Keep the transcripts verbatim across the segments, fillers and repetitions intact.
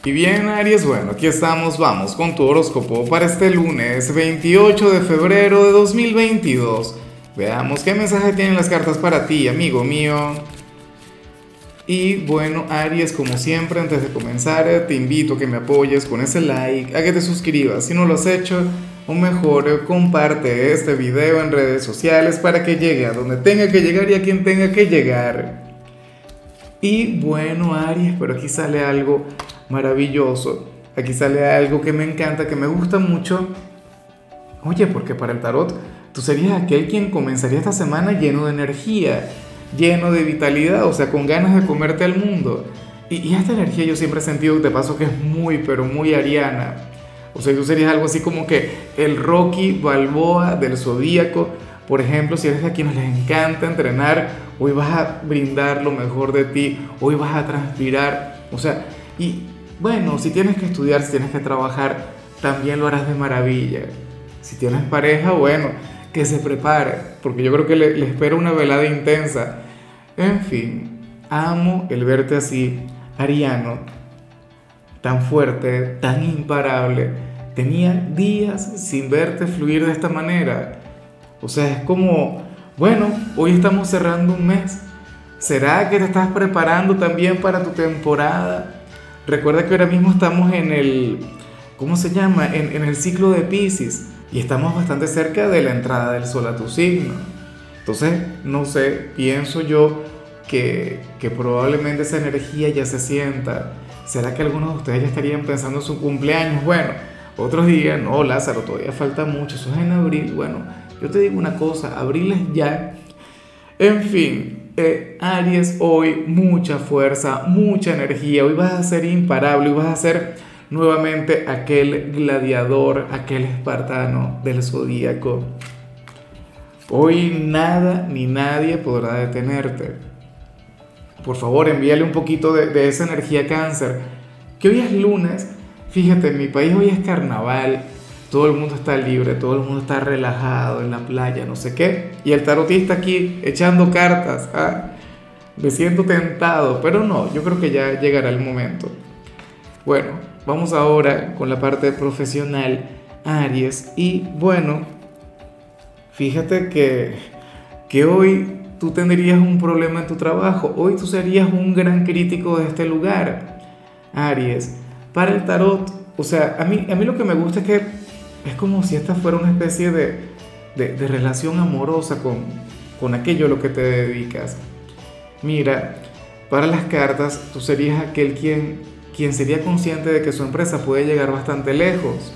Y bien, Aries, bueno, aquí estamos, vamos con tu horóscopo para este lunes veintiocho de febrero de dos mil veintidós. Veamos qué mensaje tienen las cartas para ti, amigo mío. Y bueno, Aries, como siempre, antes de comenzar, eh, te invito a que me apoyes con ese like, a que te suscribas si no lo has hecho, o mejor, eh, comparte este video en redes sociales para que llegue a donde tenga que llegar y a quien tenga que llegar. Y bueno, Aries, pero aquí sale algo maravilloso. Aquí sale algo que me encanta, que me gusta mucho. Oye, porque para el tarot tú serías aquel quien comenzaría esta semana lleno de energía, lleno de vitalidad, o sea, con ganas de comerte al mundo. Y, y esta energía yo siempre he sentido, de paso, que es muy, pero muy ariana. O sea, tú serías algo así como que el Rocky Balboa del zodíaco. Por ejemplo, si eres de quienes les encanta entrenar, hoy vas a brindar lo mejor de ti, hoy vas a transpirar. O sea, y bueno, si tienes que estudiar, si tienes que trabajar, también lo harás de maravilla. Si tienes pareja, bueno, que se prepare, porque yo creo que le, le espera una velada intensa. En fin, amo el verte así, ariano, tan fuerte, tan imparable. Tenía días sin verte fluir de esta manera. O sea, es como, bueno, hoy estamos cerrando un mes. ¿Será que te estás preparando también para tu temporada? Recuerda que ahora mismo estamos en el, ¿cómo se llama? En, en el ciclo de Piscis y estamos bastante cerca de la entrada del sol a tu signo. Entonces, no sé, pienso yo que, que probablemente esa energía ya se sienta. ¿Será que algunos de ustedes ya estarían pensando en su cumpleaños? Bueno, otros digan, no, Lázaro, todavía falta mucho, eso es en abril. Bueno, yo te digo una cosa, abril es ya. En fin, eh, Aries, hoy mucha fuerza, mucha energía, hoy vas a ser imparable, hoy vas a ser nuevamente aquel gladiador, aquel espartano del zodíaco. Hoy nada ni nadie podrá detenerte. Por favor, envíale un poquito de, de esa energía a Cáncer, que hoy es lunes. Fíjate, en mi país hoy es carnaval. Todo el mundo está libre, todo el mundo está relajado en la playa, no sé qué. Y el tarotista aquí echando cartas. ¿Ah? Me siento tentado, pero no, yo creo que ya llegará el momento. Bueno, vamos ahora con la parte profesional, Aries. Y bueno, fíjate que, que hoy tú tendrías un problema en tu trabajo. Hoy tú serías un gran crítico de este lugar, Aries. Para el tarot, o sea, a mí, a mí lo que me gusta es que es como si esta fuera una especie de, de, de relación amorosa con, con aquello a lo que te dedicas. Mira, para las cartas, tú serías aquel quien, quien sería consciente de que su empresa puede llegar bastante lejos,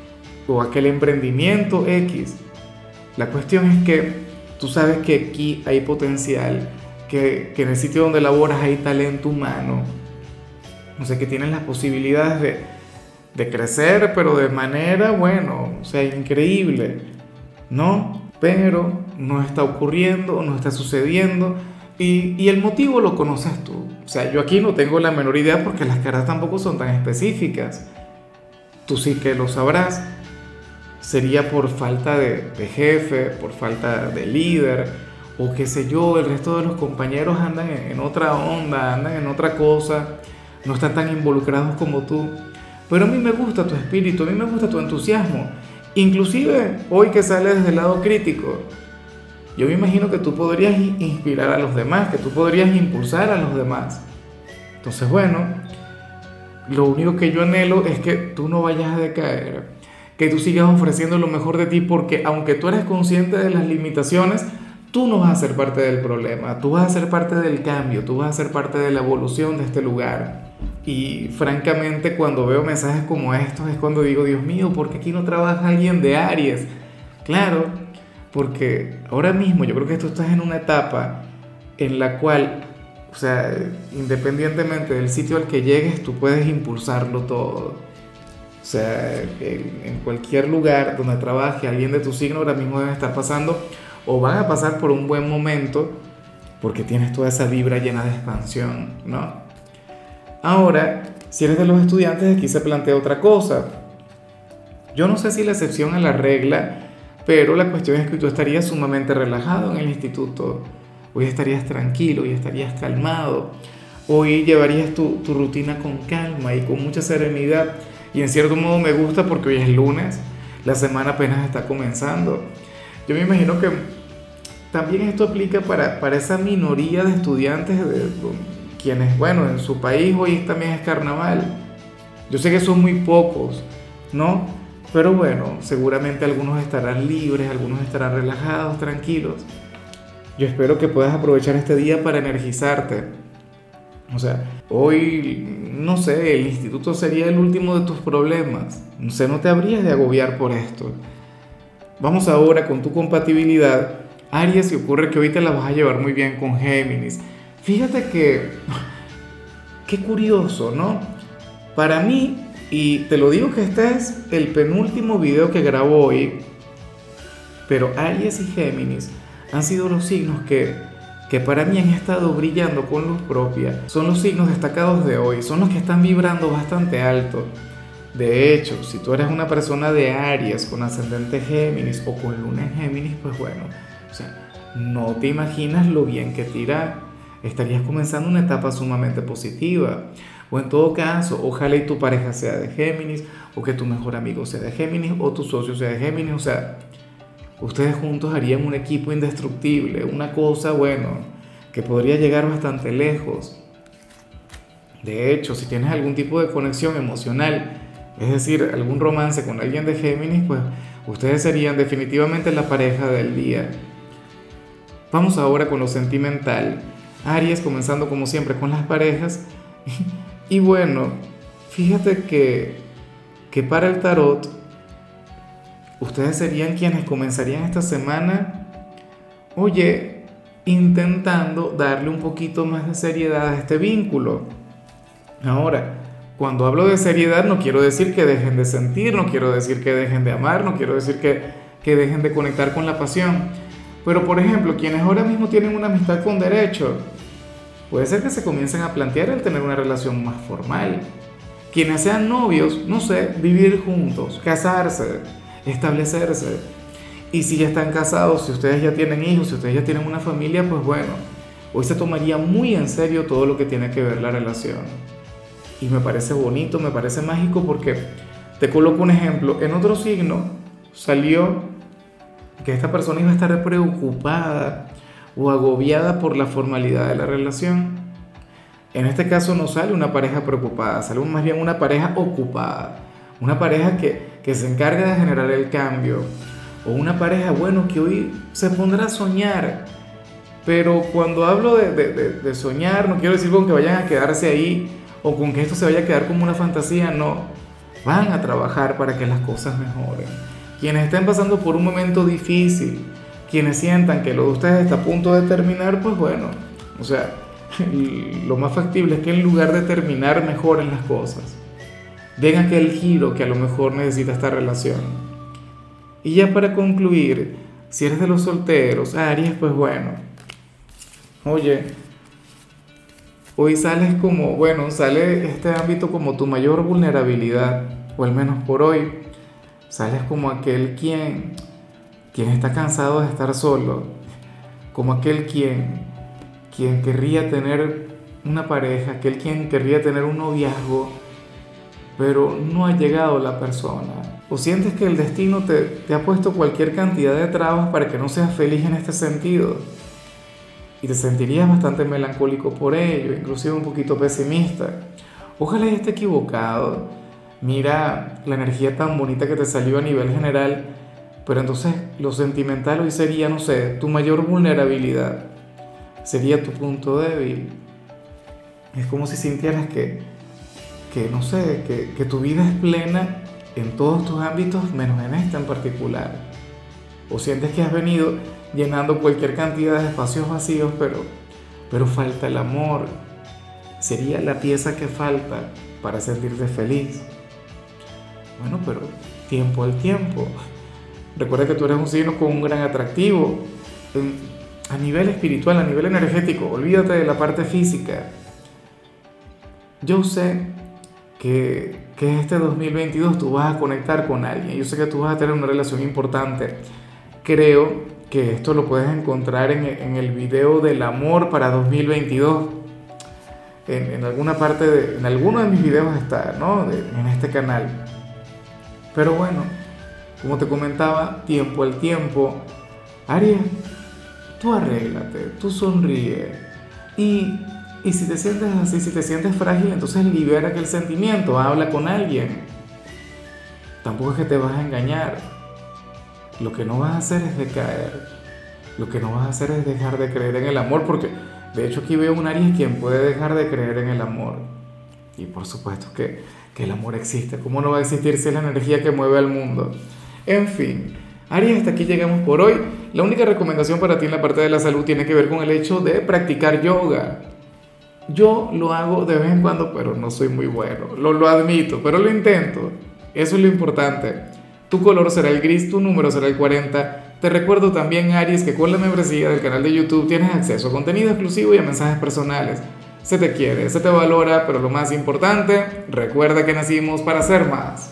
o aquel emprendimiento X. La cuestión es que tú sabes que aquí hay potencial, que, que en el sitio donde laboras hay talento humano, o sea, que tienes las posibilidades de de crecer, pero de manera, bueno, o sea, increíble, ¿no? Pero no está ocurriendo, no está sucediendo, y, y el motivo lo conoces tú. O sea, yo aquí no tengo la menor idea porque las cartas tampoco son tan específicas. Tú sí que lo sabrás. Sería por falta de, de jefe, por falta de líder, o qué sé yo, el resto de los compañeros andan en, en otra onda, andan en otra cosa, no están tan involucrados como tú. Pero a mí me gusta tu espíritu, a mí me gusta tu entusiasmo. Inclusive hoy que sales desde el lado crítico, yo me imagino que tú podrías inspirar a los demás, que tú podrías impulsar a los demás. Entonces, bueno, lo único que yo anhelo es que tú no vayas a decaer, que tú sigas ofreciendo lo mejor de ti, porque aunque tú eres consciente de las limitaciones, tú no vas a ser parte del problema, tú vas a ser parte del cambio, tú vas a ser parte de la evolución de este lugar. Y francamente, cuando veo mensajes como estos es cuando digo, Dios mío, ¿por qué aquí no trabaja alguien de Aries? Claro, porque ahora mismo yo creo que tú estás en una etapa en la cual, o sea, independientemente del sitio al que llegues, tú puedes impulsarlo todo. O sea, en, en cualquier lugar donde trabaje alguien de tu signo ahora mismo debe estar pasando o van a pasar por un buen momento porque tienes toda esa vibra llena de expansión, ¿no? Ahora, si eres de los estudiantes, aquí se plantea otra cosa. Yo no sé si la excepción a la regla, pero la cuestión es que tú estarías sumamente relajado en el instituto. Hoy estarías tranquilo, hoy estarías calmado. Hoy llevarías tu, tu rutina con calma y con mucha serenidad. Y en cierto modo me gusta porque hoy es lunes, la semana apenas está comenzando. Yo me imagino que también esto aplica para, para esa minoría de estudiantes, de, de, quienes, bueno, en su país hoy también es carnaval. Yo sé que son muy pocos, ¿no? Pero bueno, seguramente algunos estarán libres, algunos estarán relajados, tranquilos. Yo espero que puedas aprovechar este día para energizarte. O sea, hoy, no sé, el instituto sería el último de tus problemas. No sé, no te habrías de agobiar por esto. Vamos ahora con tu compatibilidad. Aries, y ocurre que hoy te la vas a llevar muy bien con Géminis. Fíjate que, qué curioso, ¿no? Para mí, y te lo digo que este es el penúltimo video que grabo hoy, pero Aries y Géminis han sido los signos que, que para mí han estado brillando con luz propia. Son los signos destacados de hoy, son los que están vibrando bastante alto. De hecho, si tú eres una persona de Aries con ascendente Géminis o con luna en Géminis, pues bueno, o sea, no te imaginas lo bien que te irá. Estarías comenzando una etapa sumamente positiva. O en todo caso, ojalá y tu pareja sea de Géminis, o que tu mejor amigo sea de Géminis, o tu socio sea de Géminis. O sea, ustedes juntos harían un equipo indestructible, una cosa, bueno, que podría llegar bastante lejos. De hecho, si tienes algún tipo de conexión emocional, es decir, algún romance con alguien de Géminis, pues ustedes serían definitivamente la pareja del día. Vamos ahora con lo sentimental. Aries, comenzando como siempre con las parejas. Y bueno, fíjate que, que para el tarot, ustedes serían quienes comenzarían esta semana, oye, intentando darle un poquito más de seriedad a este vínculo. Ahora, cuando hablo de seriedad no quiero decir que dejen de sentir, no quiero decir que dejen de amar, no quiero decir que, que dejen de conectar con la pasión. Pero por ejemplo, quienes ahora mismo tienen una amistad con derecho, puede ser que se comiencen a plantear el tener una relación más formal. Quienes sean novios, no sé, vivir juntos, casarse, establecerse. Y si ya están casados, si ustedes ya tienen hijos, si ustedes ya tienen una familia, pues bueno, hoy se tomaría muy en serio todo lo que tiene que ver la relación. Y me parece bonito, me parece mágico porque te coloco un ejemplo. En otro signo salió que esta persona iba a estar preocupada o agobiada por la formalidad de la relación. En este caso no sale una pareja preocupada, sale más bien una pareja ocupada, una pareja que, que se encarga de generar el cambio, o una pareja, bueno, que hoy se pondrá a soñar. Pero cuando hablo de, de, de, de soñar, no quiero decir con que vayan a quedarse ahí o con que esto se vaya a quedar como una fantasía, no. Van a trabajar para que las cosas mejoren. Quienes estén pasando por un momento difícil, quienes sientan que lo de ustedes está a punto de terminar, pues bueno, o sea, lo más factible es que en lugar de terminar mejoren las cosas, den aquel giro que a lo mejor necesita esta relación. Y ya para concluir, si eres de los solteros, Aries, pues bueno, oye, hoy sales como, bueno, sale este ámbito como tu mayor vulnerabilidad, o al menos por hoy, sales como aquel quien, quien está cansado de estar solo, como aquel quien, quien querría tener una pareja, aquel quien querría tener un noviazgo, pero no ha llegado la persona. O sientes que el destino te, te ha puesto cualquier cantidad de trabas para que no seas feliz en este sentido. Y te sentirías bastante melancólico por ello, inclusive un poquito pesimista. Ojalá y esté equivocado. Mira la energía tan bonita que te salió a nivel general, pero entonces lo sentimental hoy sería, no sé, tu mayor vulnerabilidad, sería tu punto débil. Es como si sintieras que, que no sé, que, que tu vida es plena en todos tus ámbitos, menos en este en particular. O sientes que has venido llenando cualquier cantidad de espacios vacíos, pero, pero falta el amor. Sería la pieza que falta para sentirte feliz. Bueno, pero tiempo al tiempo. Recuerda que tú eres un signo con un gran atractivo. A nivel espiritual, a nivel energético, olvídate de la parte física. Yo sé que, que este dos mil veintidós tú vas a conectar con alguien. Yo sé que tú vas a tener una relación importante. Creo que esto lo puedes encontrar en, en el video del amor para dos mil veintidós. en, en alguna parte, de, en alguno de mis videos está, ¿no? De- en este canal. Pero bueno, como te comentaba, tiempo al tiempo. Aries, tú arréglate, tú sonríe. Y, y si te sientes así, si te sientes frágil, entonces libera aquel sentimiento, habla con alguien. Tampoco es que te vas a engañar. Lo que no vas a hacer es decaer. Lo que no vas a hacer es dejar de creer en el amor, porque de hecho aquí veo un Aries quien puede dejar de creer en el amor. Y por supuesto que, que el amor existe. ¿Cómo no va a existir si es la energía que mueve al mundo? En fin, Aries, hasta aquí llegamos por hoy. La única recomendación para ti en la parte de la salud tiene que ver con el hecho de practicar yoga. Yo lo hago de vez en cuando, pero no soy muy bueno. Lo, lo admito, pero lo intento. Eso es lo importante. Tu color será el gris, tu número será el cuarenta. Te recuerdo también, Aries, que con la membresía del canal de YouTube tienes acceso a contenido exclusivo y a mensajes personales. Se te quiere, se te valora, pero lo más importante, recuerda que nacimos para ser más.